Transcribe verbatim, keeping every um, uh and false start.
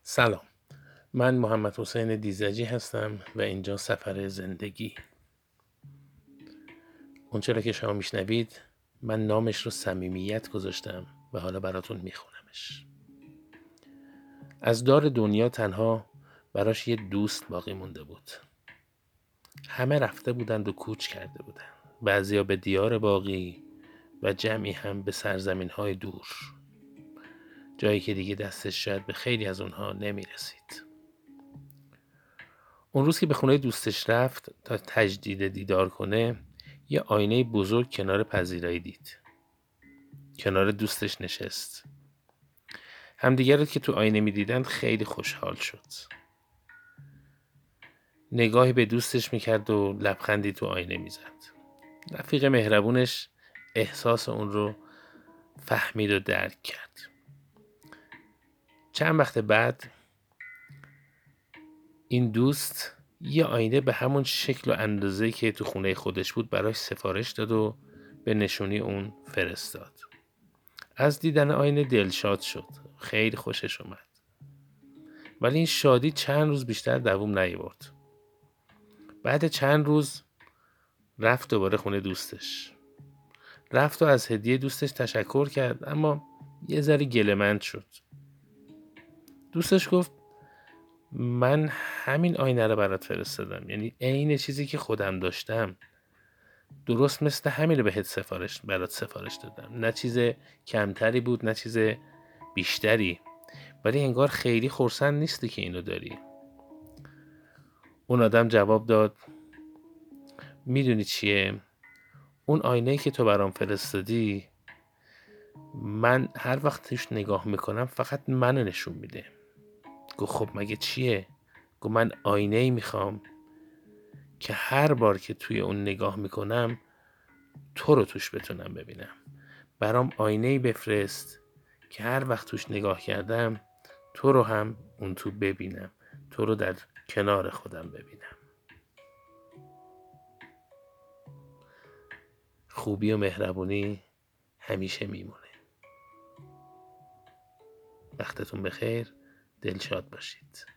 سلام، من محمد حسین دیزجی هستم و اینجا سفر زندگی. اونچه را که شما میشنوید من نامش رو صمیمیت گذاشتم و حالا براتون میخونمش. از دار دنیا تنها براش یه دوست باقی مونده بود. همه رفته بودند و کوچ کرده بودند. بعضیا به دیار باقی و جمعی هم به سرزمین های دور، جایی که دیگه دستش شاید به خیلی از اونها نمیرسید. اون روز که به خونه دوستش رفت تا تجدید دیدار کنه، یه آینه بزرگ کنار پذیرایی دید. کنار دوستش نشست. همدیگر رو که تو آینه می‌دیدند خیلی خوشحال شد. نگاهی به دوستش میکرد و لبخندی تو آینه میزد. رفیق مهربونش احساس اون رو فهمید و درک کرد. چند وقت بعد این دوست یه آینه به همون شکل و اندازه‌ای که تو خونه خودش بود براش سفارش داد و به نشونی اون فرستاد. از دیدن آینه دلشاد شد. خیلی خوشش اومد. ولی این شادی چند روز بیشتر دوام نیاورد. بعد چند روز رفت دوباره خونه دوستش. رفت و از هدیه دوستش تشکر کرد، اما یه ذره گله‌مند شد. دوستش گفت من همین آینه رو برات فرستادم، یعنی عین چیزی که خودم داشتم، درست مثل همین رو بهت سفارش برات سفارش دادم. نه چیز کمتری بود نه چیز بیشتری، ولی انگار خیلی خرسند نیستی که اینو داری. اون آدم جواب داد میدونی چیه؟ اون آینه‌ای که تو برام فرستادی، من هر وقت توش نگاه میکنم فقط منو نشون میده. گفت خب مگه چیه؟ گفت من آینه‌ای میخوام که هر بار که توی اون نگاه میکنم تو رو توش بتونم ببینم. برام آینه‌ای بفرست که هر وقت توش نگاه کردم تو رو هم اون تو ببینم، تو رو در کنار خودم ببینم. خوبی و مهربونی همیشه میمونه. وقتتون بخیر، دلشاد باشید.